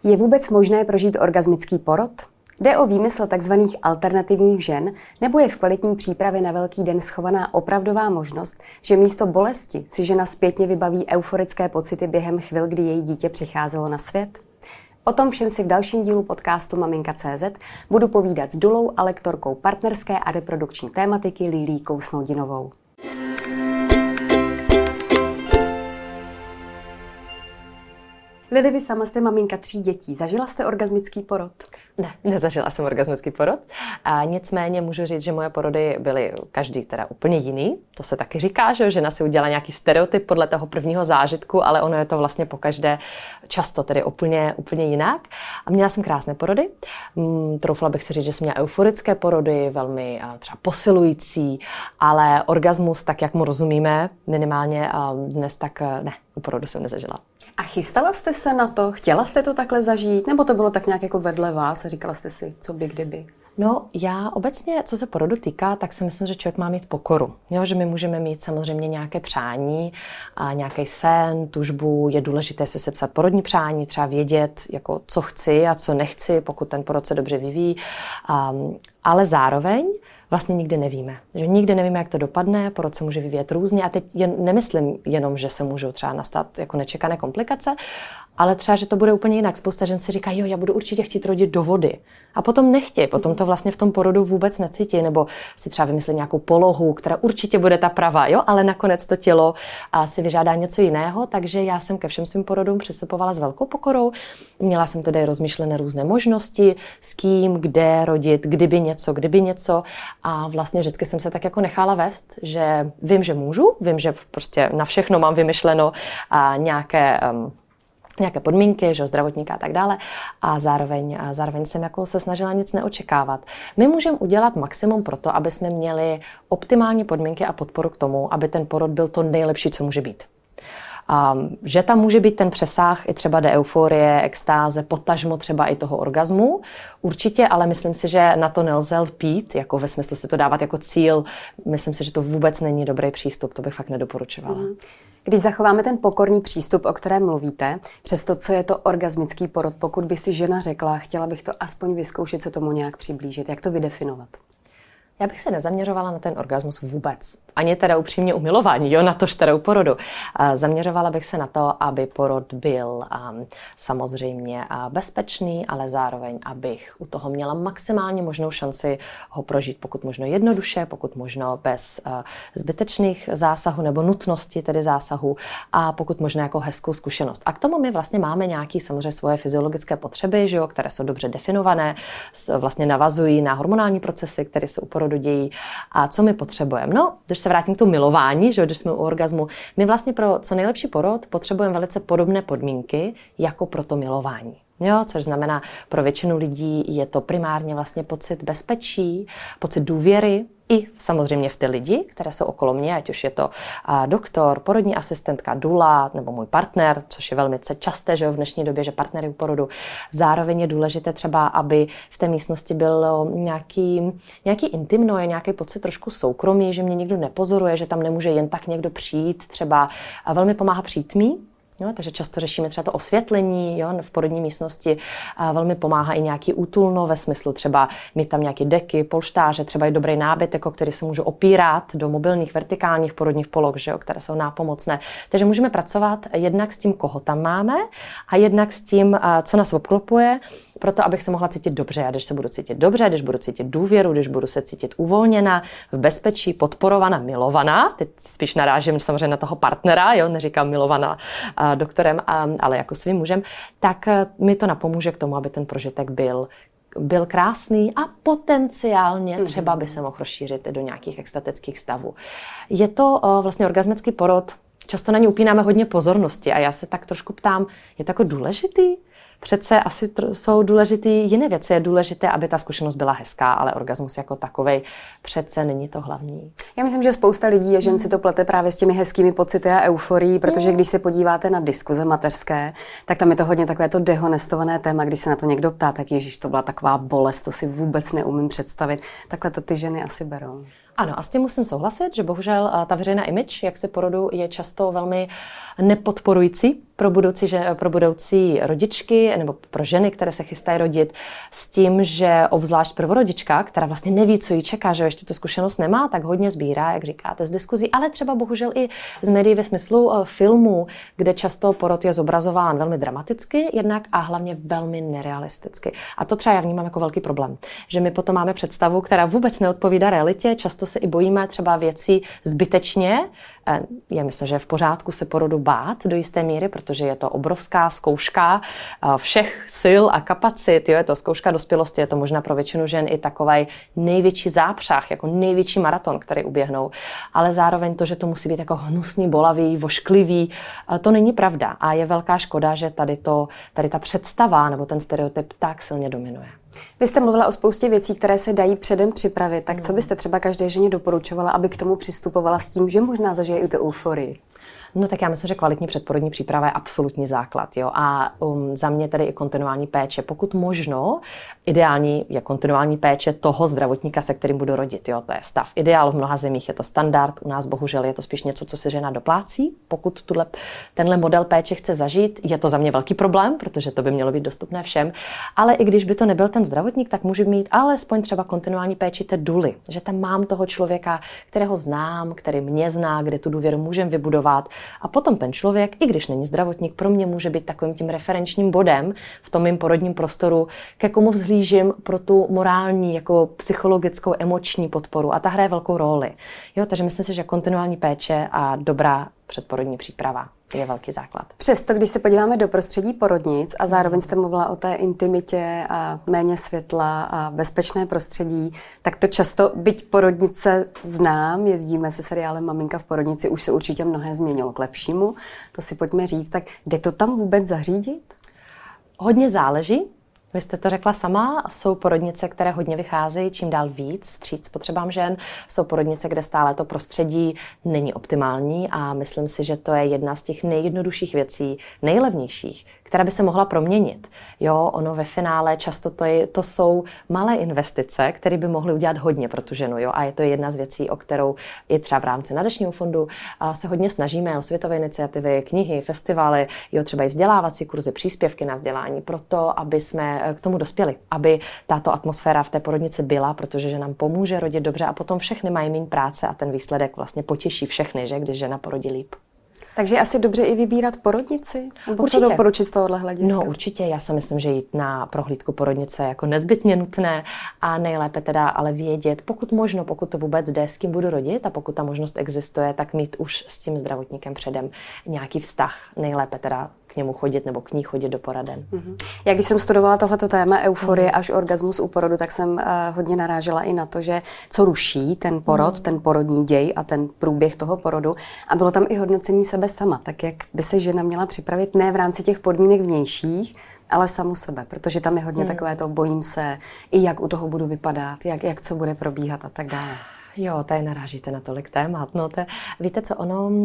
Je vůbec možné prožít orgasmický porod? Jde o výmysl tzv. Alternativních žen, nebo je v kvalitní přípravě na Velký den schovaná opravdová možnost, že místo bolesti si žena zpětně vybaví euforické pocity během chvil, kdy její dítě přicházelo na svět? O tom všem si v dalším dílu podcastu Maminka.cz budu povídat s Dulou a lektorkou partnerské a reprodukční tématiky Lilíkou Snoudinovou. Lili, vy sama jste maminka 3 dětí. Zažila jste orgasmický porod? Ne, nezažila jsem orgasmický porod. A nicméně můžu říct, že moje porody byly každý teda úplně jiný. To se taky říká, že žena si udělá nějaký stereotyp podle toho prvního zážitku, ale ono je to vlastně pokaždé často tedy úplně jinak. A měla jsem krásné porody. Troufla bych si říct, že jsem měla euforické porody, velmi třeba posilující, ale orgasmus, tak jak mu rozumíme, minimálně dnes, tak ne, u porodu jsem nezažila. A chystala jste se na to? Chtěla jste to takhle zažít? Nebo to bylo tak nějak jako vedle vás a říkala jste si, co by kdyby? No, já obecně, co se porodu týká, tak si myslím, že člověk má mít pokoru. Jo, že my můžeme mít samozřejmě nějaké přání a nějaký sen, tužbu. Je důležité si sepsat porodní přání, třeba vědět, jako, co chci a co nechci, pokud ten porod se dobře vyvíjí. Ale zároveň vlastně nikdy nevíme. Že nikdy nevíme, jak to dopadne, porod se může vyvíjet různě a teď nemyslím jenom, že se můžou třeba nastat jako nečekané komplikace, ale třeba, že to bude úplně jinak. Spousta žen si říká, jo, já budu určitě chtít rodit do vody. A potom nechtějí, potom to vlastně v tom porodu vůbec necítí, nebo si třeba vymyslí nějakou polohu, která určitě bude ta pravá, jo, ale nakonec to tělo si vyžádá něco jiného, takže já jsem ke všem svým porodům přistupovala s velkou pokorou. Měla jsem tedy rozmyšlené různé možnosti, s kým, kde rodit, kdyby něco a vlastně vždycky jsem se tak jako nechala vést, že vím, že můžu, vím, že prostě na všechno mám vymyšleno nějaké podmínky, že zdravotníka a tak dále a zároveň jsem jako se snažila nic neočekávat. My můžeme udělat maximum pro to, aby jsme měli optimální podmínky a podporu k tomu, aby ten porod byl to nejlepší, co může být. Že tam může být ten přesah i třeba do euforie, extáze, potažmo třeba i toho orgazmu. Určitě, ale myslím si, že na to nelze lpít, jako ve smyslu si to dávat jako cíl. Myslím si, že to vůbec není dobrý přístup, to bych fakt nedoporučovala. Když zachováme ten pokorný přístup, o kterém mluvíte, přes to, co je to orgasmický porod, pokud by si žena řekla, chtěla bych to aspoň vyzkoušet, se tomu nějak přiblížit, jak to vydefinovat? Já bych se nezaměřovala na ten orgasmus vůbec. Ani teda upřímně u milování, jo, na to teda u porodu. Zaměřovala bych se na to, aby porod byl samozřejmě bezpečný, ale zároveň, abych u toho měla maximálně možnou šanci ho prožít, pokud možno jednoduše, pokud možno bez zbytečných zásahů nebo nutnosti tedy zásahů a pokud možno jako hezkou zkušenost. A k tomu my vlastně máme nějaké samozřejmě svoje fyziologické potřeby, že jo, které jsou dobře definované, vlastně navazují na hormonální procesy, které se u porodu dějí. A co my potřebujeme? No, když se vrátím k tomu milování, že když jsme u orgazmu, my vlastně pro co nejlepší porod potřebujeme velice podobné podmínky jako pro to milování. Jo, což znamená, pro většinu lidí je to primárně vlastně pocit bezpečí, pocit důvěry i samozřejmě v ty lidi, které jsou okolo mě, ať už je to doktor, porodní asistentka, dula nebo můj partner, což je velmi časté, že jo, v dnešní době, že partnery u porodu. Zároveň je důležité třeba, aby v té místnosti byl nějaký intimno, je nějaký pocit trošku soukromí, že mě nikdo nepozoruje, že tam nemůže jen tak někdo přijít, třeba velmi pomáhá přítmí. Jo, takže často řešíme třeba to osvětlení, jo, v porodní místnosti. Velmi pomáhá i nějaký útulno ve smyslu třeba mít tam nějaké deky, polštáře, třeba i dobrý nábytek, o který se můžu opírat do mobilních vertikálních porodních poloh, že jo, které jsou nápomocné. Takže můžeme pracovat jednak s tím, koho tam máme a jednak s tím, co nás obklopuje, proto abych se mohla cítit dobře. A když se budu cítit dobře, když budu cítit důvěru, když budu se cítit uvolněna, v bezpečí, podporovaná, milovaná, teď spíš narážím samozřejmě na toho partnera, jo, neříkám milovaná doktorem, ale jako svým mužem, tak mi to napomůže k tomu, aby ten prožitek byl krásný a potenciálně třeba by se mohl rozšířit do nějakých extatických stavů. Je to vlastně orgasmický porod, často na ně upínáme hodně pozornosti a já se tak trošku ptám, je to jako důležitý? Přece asi jsou důležité jiné věci. Je důležité, aby ta zkušenost byla hezká, ale orgasmus jako takovej přece není to hlavní. Já myslím, že spousta lidí a žen si to plete právě s těmi hezkými pocity a euforií, protože když se podíváte na diskuze mateřské, tak tam je to hodně takové to dehonestované téma, když se na to někdo ptá, tak ježiš, to byla taková bolest, to si vůbec neumím představit. Takhle to ty ženy asi berou. Ano, a s tím musím souhlasit, že bohužel ta veřejná image, jak se porodu, je často velmi nepodporující pro budoucí rodičky nebo pro ženy, které se chystají rodit, s tím, že obzvlášť prvorodička, která vlastně neví, co jí čeká, že ještě tu zkušenost nemá, tak hodně sbírá, jak říkáte, z diskuzí, ale třeba bohužel i z médií ve smyslu filmů, kde často porod je zobrazován velmi dramaticky jednak a hlavně velmi nerealisticky. A to třeba já vnímám jako velký problém, že my potom máme představu, která vůbec neodpovídá realitě, často se i bojíme třeba věcí zbytečně. Já myslím, že je v pořádku se porodu bát do jisté míry, protože je to obrovská zkouška všech sil a kapacit. Jo, je to zkouška dospělosti, je to možná pro většinu žen i takový největší zápřah, jako největší maraton, který uběhnou. Ale zároveň to, že to musí být jako hnusný, bolavý, vošklivý, to není pravda. A je velká škoda, že tady ta představa nebo ten stereotyp tak silně dominuje. Vy jste mluvila o spoustě věcí, které se dají předem připravit. Tak co byste třeba každé ženě doporučovala, aby k tomu přistupovala s tím, že možná zažije i tu euforii? No tak já myslím, že kvalitní předporodní příprava je absolutní základ. Jo? A za mě tedy i kontinuální péče. Pokud možno, ideální je kontinuální péče toho zdravotníka, se kterým budu rodit. Jo? To je stav ideál, v mnoha zemích je to standard, u nás bohužel je to spíš něco, co se žena doplácí. Pokud tenhle model péče chce zažít, je to za mě velký problém, protože to by mělo být dostupné všem. Ale i když by to nebyl ten zdravotník, tak může mít alespoň třeba kontinuální péči té duly. Že tam mám toho člověka, kterého znám, který mě zná, kde tu důvěru můžeme vybudovat. A potom ten člověk, i když není zdravotník, pro mě může být takovým tím referenčním bodem v tom mým porodním prostoru, ke komu vzhlížím pro tu morální, jako psychologickou, emoční podporu. A ta hraje velkou roli. Jo, takže myslím si, že kontinuální péče a dobrá předporodní příprava je velký základ. Přesto, když se podíváme do prostředí porodnic a zároveň jste mluvila o té intimitě a méně světla a bezpečné prostředí, tak to často, byť porodnice znám, jezdíme se seriálem Maminka v porodnici, už se určitě mnohé změnilo k lepšímu, to si pojďme říct, tak jde to tam vůbec zařídit? Hodně záleží. Vy jste to řekla sama, jsou porodnice, které hodně vycházejí čím dál víc vstříc potřebám žen. Jsou porodnice, kde stále to prostředí není optimální a myslím si, že to je jedna z těch nejjednodušších věcí, nejlevnějších, která by se mohla proměnit. Jo, ono ve finále často to jsou malé investice, které by mohly udělat hodně pro tu ženu. Jo, a je to jedna z věcí, o kterou i třeba v rámci nadačního fondu se hodně snažíme, o světové iniciativy, knihy, festivaly, jo, třeba i vzdělávací kurzy, příspěvky na vzdělání, proto, aby jsme k tomu dospěli, aby tato atmosféra v té porodnici byla, protože nám pomůže rodit dobře a potom všechny mají méně práce a ten výsledek vlastně potěší všechny, že, když žena porodí líp. Takže asi dobře i vybírat porodnici? Nebo určitě. Co doporučit z tohohle hlediska? No určitě, já si myslím, že jít na prohlídku porodnice jako nezbytně nutné a nejlépe teda ale vědět, pokud možno, pokud to vůbec jde, s kým budu rodit a pokud ta možnost existuje, tak mít už s tím zdravotníkem předem nějaký vztah, nejlépe teda k němu chodit nebo k ní chodit do poraden. Já když jsem studovala tohleto téma euforie až orgasmus u porodu, tak jsem hodně narážela i na to, že co ruší ten porod, ten porodní děj a ten průběh toho porodu. A bylo tam i hodnocení sebe sama, tak jak by se žena měla připravit ne v rámci těch podmínek vnějších, ale samu sebe, protože tam je hodně takové to bojím se, i jak u toho budu vypadat, jak co bude probíhat a tak dále. Jo, tady narážíte na tolik témat. No, víte co,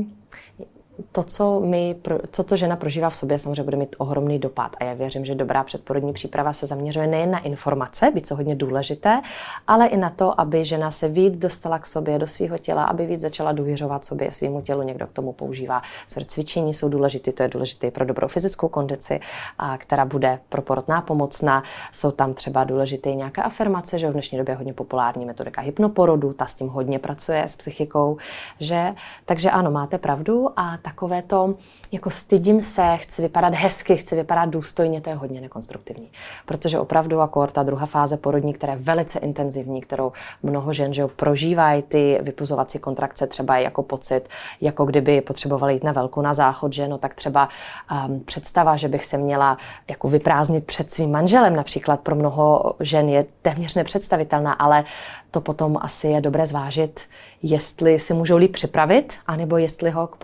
to, co žena prožívá v sobě, samozřejmě bude mít ohromný dopad. A já věřím, že dobrá předporodní příprava se zaměřuje nejen na informace, byť co hodně důležité, ale i na to, aby žena se víc dostala k sobě, do svého těla, aby víc začala důvěřovat sobě, svýmu tělu. Někdo k tomu používá cvičení, jsou důležité, to je důležité pro dobrou fyzickou kondici, která bude pro porod nápomocná. Jsou tam třeba důležité nějaké afirmace, že v dnešní době je hodně populární metodika hypnoporodu, ta s tím hodně pracuje s psychikou, že? Takže ano, máte pravdu a takové to, jako stydím se, chci vypadat hezky, chci vypadat důstojně, to je hodně nekonstruktivní. Protože opravdu jako ta druhá fáze porodní, která je velice intenzivní, kterou mnoho žen že prožívají ty vypuzovací kontrakce, třeba jako pocit, jako kdyby potřebovali jít na velkou na záchod, že no tak třeba představa, že bych se měla jako vyprázdnit před svým manželem, například pro mnoho žen je téměř nepředstavitelná, ale to potom asi je dobré zvážit, jestli si můžou líp připravit, anebo jestli ho k porodu brát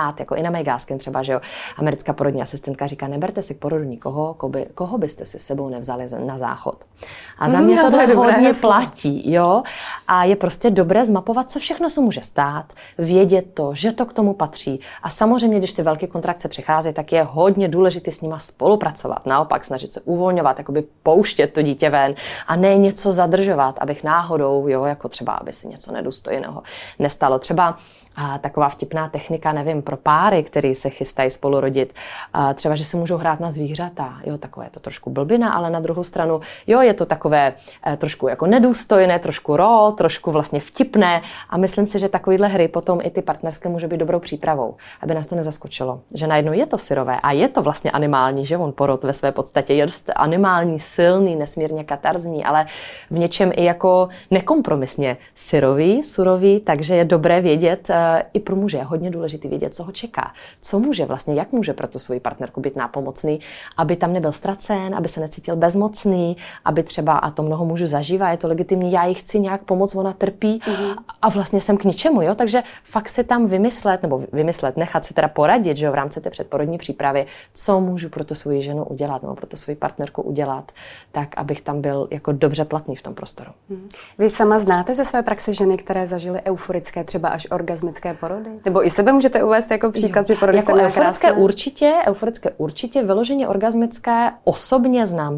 stát, jako i na Meigaskin třeba, že jo, americká porodní asistentka říká, neberte si k porodu nikoho, koho byste si s sebou nevzali na záchod. A za mě to hodně platí, jo, a je prostě dobré zmapovat, co všechno se může stát, vědět to, že to k tomu patří. A samozřejmě, když ty velké kontrakce přicházejí, tak je hodně důležité s nima spolupracovat. Naopak snažit se uvolňovat, jakoby pouštět to dítě ven a ne něco zadržovat, abych náhodou, jo, jako třeba, aby se něco nedůstojného nestalo. Třeba taková vtipná technika, nevím, pro páry, který se chystají spolu rodit. Třeba, že se můžou hrát na zvířata. Jo, takové je to trošku blbina, ale na druhou stranu, jo, je to takové trošku jako nedůstojné, trošku trošku vlastně vtipné a myslím si, že takovýhle hry potom i ty partnerské může být dobrou přípravou, aby nás to nezaskočilo. Že najednou je to syrové a je to vlastně animální, že on porod ve své podstatě je dost animální, silný, nesmírně katarzní, ale v něčem i jako nekompromisně syrový, surový, takže je dobré vědět, i pro muže je hodně důležité vědět, co ho čeká. Co může vlastně, jak může pro tu svoji partnerku být nápomocný, aby tam nebyl ztracen, aby se necítil bezmocný, aby třeba, a to mnoho mužů zažívá, je to legitimní, já jí chci nějak pomoct, ona trpí a vlastně jsem k ničemu, jo? Takže fakt si tam vymyslet, nechat si teda poradit, že jo, v rámci té předporodní přípravy, co můžu pro tu svoji ženu udělat, nebo pro tu svoji partnerku udělat, tak, abych tam byl jako dobře platný v tom prostoru. Vy sama znáte ze své praxe ženy, které zažily euforické, třeba až orgasmické porody? Nebo i sebe můžete uvést jako příklad, že porody jste měla krásné? Euforické určitě, vyloženě orgasmické osobně znám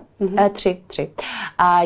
tři. A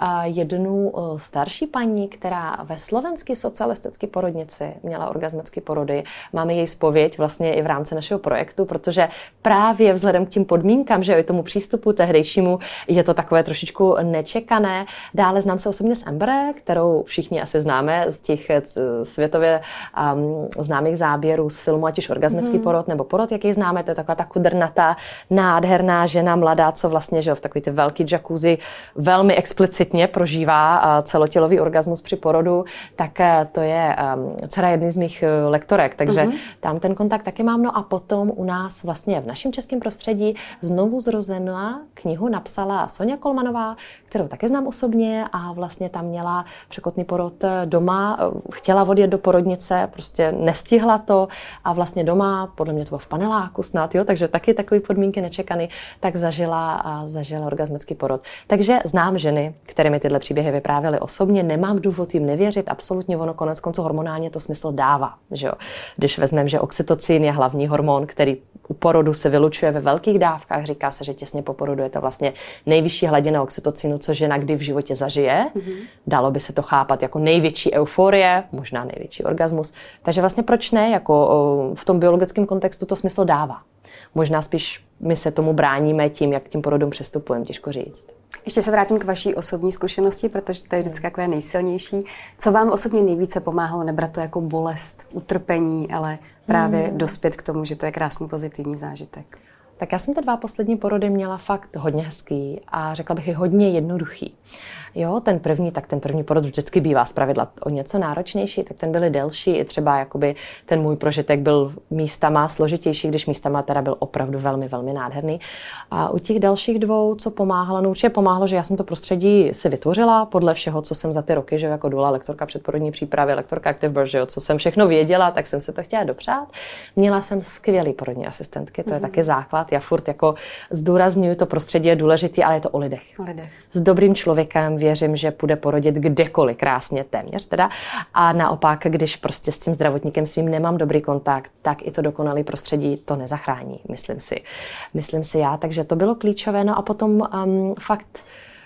jednu starší paní, která ve slovenské socialistické porodnici měla orgasmické porody. Máme její zpověď vlastně i v rámci našeho projektu, protože právě vzhledem k tím podmínkám, že i tomu přístupu tehdejšímu je to takové trošičku nečekané. Dále znám se osobně s Amber, kterou všichni asi známe z těch světově známých záběrů z filmu, ať už orgasmický porod nebo porod, jaký známe, to je taková ta kudrnatá, nádherná žena, mladá, co vlastně, že v takový ty velký jacuzzi velmi explicitně prožívá celotělový orgasmus při porodu, tak to je dcera jedny z mých lektorek, takže tam ten kontakt taky mám. No a potom u nás vlastně v našem českém prostředí znovu zrozená knihu napsala Soňa Kolmanová, kterou taky znám osobně a vlastně tam měla překotný porod doma, chtěla odjet do porodnice, prostě nestihla to a vlastně doma, podle mě to bylo v paneláku snad, jo, takže taky takové podmínky nečekaný, tak zažila orgasmický porod. Takže znám ženy, které mi tyhle příběhy vyprávěly osobně, nemám důvod jim nevěřit, absolutně ono konec konců hormonálně to smysl dává, že jo. Když vezmeme, že oxytocin je hlavní hormon, který u porodu se vylučuje ve velkých dávkách, říká se, že těsně po porodu je to vlastně nejvyšší hladina oxytocinu, co žena kdy v životě zažije. Dalo by se to chápat jako největší euforie, možná největší orgasmus. Takže vlastně proč ne, jako v tom biologickém kontextu to smysl dává. Možná spíš my se tomu bráníme tím, jak k tím porodům přestupujeme, těžko říct. Ještě se vrátím k vaší osobní zkušenosti, protože to je vždycky takové nejsilnější. Co vám osobně nejvíce pomáhalo nebrat to jako bolest, utrpení, ale právě dospět k tomu, že to je krásný pozitivní zážitek? Tak já jsem ty 2 poslední porody měla fakt hodně hezký a řekla bych i hodně jednoduchý. Jo, ten první porod vždycky bývá zpravidla o něco náročnější, tak ten byly delší, i třeba jakoby ten můj prožitek byl místama složitější, když místama teda byl opravdu velmi, velmi nádherný. A u těch dalších 2, co pomáhalo, no určitě pomáhalo, že já jsem to prostředí si vytvořila podle všeho, co jsem za ty roky, že jako Dula, lektorka předporodní přípravy, lektorka Active Birth, že jo, co jsem všechno věděla, tak jsem se to chtěla dopřát. Měla jsem skvělý porodní asistentky, to je taky základ. Já furt jako zdůrazňuji, to prostředí je důležité, ale je to o lidech. S dobrým člověkem věřím, že půjde porodit kdekoliv krásně, téměř teda. A naopak, když prostě s tím zdravotníkem svým nemám dobrý kontakt, tak i to dokonalé prostředí to nezachrání, myslím si já. Takže to bylo klíčové. No a potom fakt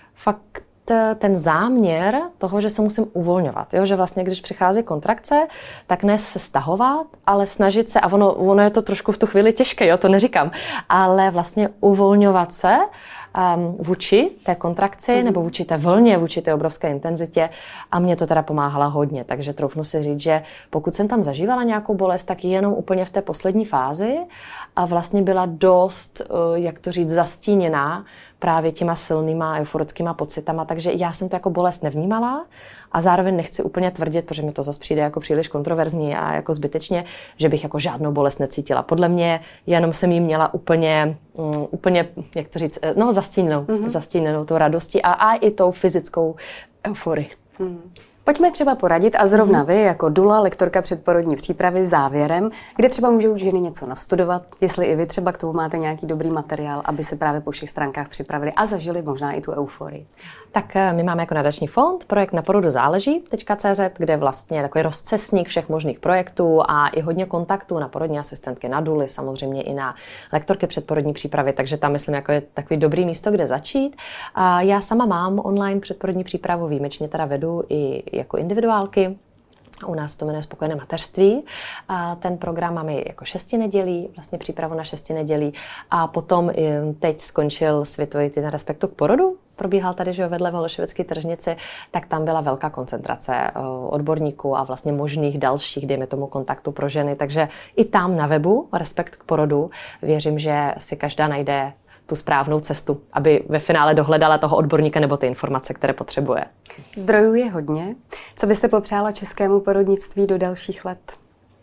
ten záměr toho, že se musím uvolňovat. Jo? Že vlastně, když přichází kontrakce, tak ne se stahovat, ale snažit se, a ono je to trošku v tu chvíli těžké, jo? To neříkám, ale vlastně uvolňovat se vůči té kontrakci nebo vůči té vlně, vůči té obrovské intenzitě a mě to teda pomáhala hodně. Takže troufnu si říct, že pokud jsem tam zažívala nějakou bolest, tak jenom úplně v té poslední fázi a vlastně byla dost, jak to říct, zastíněná právě těma silnýma euforickýma pocitama, takže já jsem to jako bolest nevnímala a zároveň nechci úplně tvrdit, protože mi to zase přijde jako příliš kontroverzní a jako zbytečně, že bych jako žádnou bolest necítila. Podle mě jenom jsem jí měla úplně, jak to říct, zastíněnou tou radostí a i tou fyzickou euforii. Pojďme třeba poradit a zrovna vy, jako dula, lektorka předporodní přípravy, závěrem, kde třeba můžou ženy něco nastudovat, jestli i vy třeba k tomu máte nějaký dobrý materiál, aby se právě po všech stránkách připravili a zažili možná i tu euforii. Tak my máme jako nadační fond projekt Na porodu záleží.cz, kde vlastně je takový rozcestník všech možných projektů a i hodně kontaktů na porodní asistentky, na duly, samozřejmě i na lektorky předporodní přípravy, takže tam myslím, jako je takový dobrý místo, kde začít. A já sama mám online předporodní přípravu, výjimečně teda vedu i jako individuálky. U nás to jmenuje Spokojené mateřství. A ten program máme jako 6 nedělí, vlastně přípravu na 6 nedělí. A potom teď skončil Světový týden respektu k porodu. Probíhal tady, že vedle v Holešovické tržnici, tak tam byla velká koncentrace odborníků a vlastně možných dalších, dejme tomu, kontaktů pro ženy. Takže i tam na webu Respekt k porodu věřím, že si každá najde tu správnou cestu, aby ve finále dohledala toho odborníka nebo ty informace, které potřebuje. Zdrojů je hodně. Co byste popřála českému porodnictví do dalších let?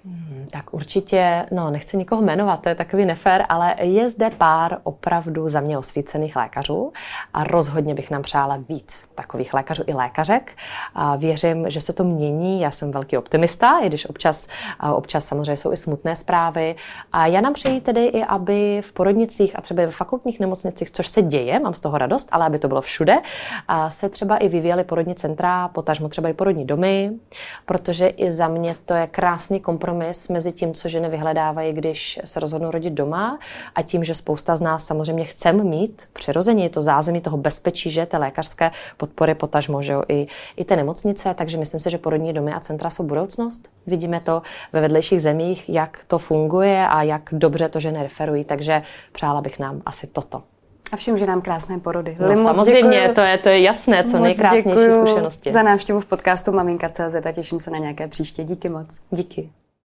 Tak určitě, nechci nikoho jmenovat, to je takový nefér, ale je zde pár opravdu za mě osvícených lékařů a rozhodně bych nám přála víc takových lékařů i lékařek. A věřím, že se to mění, já jsem velký optimista, i když občas samozřejmě jsou i smutné zprávy. A já nám přeji tedy i, aby v porodnicích a třeba ve fakultních nemocnicích, což se děje, mám z toho radost, ale aby to bylo všude, a se třeba i vyvíjely porodní centra, potažmo třeba i porodní domy, protože i za mě to je krásný kompromis mezi tím, co ženy vyhledávají, když se rozhodnou rodit doma, a tím, že spousta z nás samozřejmě chceme mít přirozeně to zázemí toho bezpečí, že té lékařské podpory, potažmo, že jo, i té nemocnice, takže myslím si, že porodní domy a centra jsou budoucnost. Vidíme to ve vedlejších zemích, jak to funguje a jak dobře to ženy referují, takže přála bych nám asi toto. A všem ženám krásné porody. Samozřejmě, to je jasné, co nejkrásnější zkušenosti. Za návštěvu v podcastu Maminka.cz a těším se na nějaké příště. Díky moc. Díky.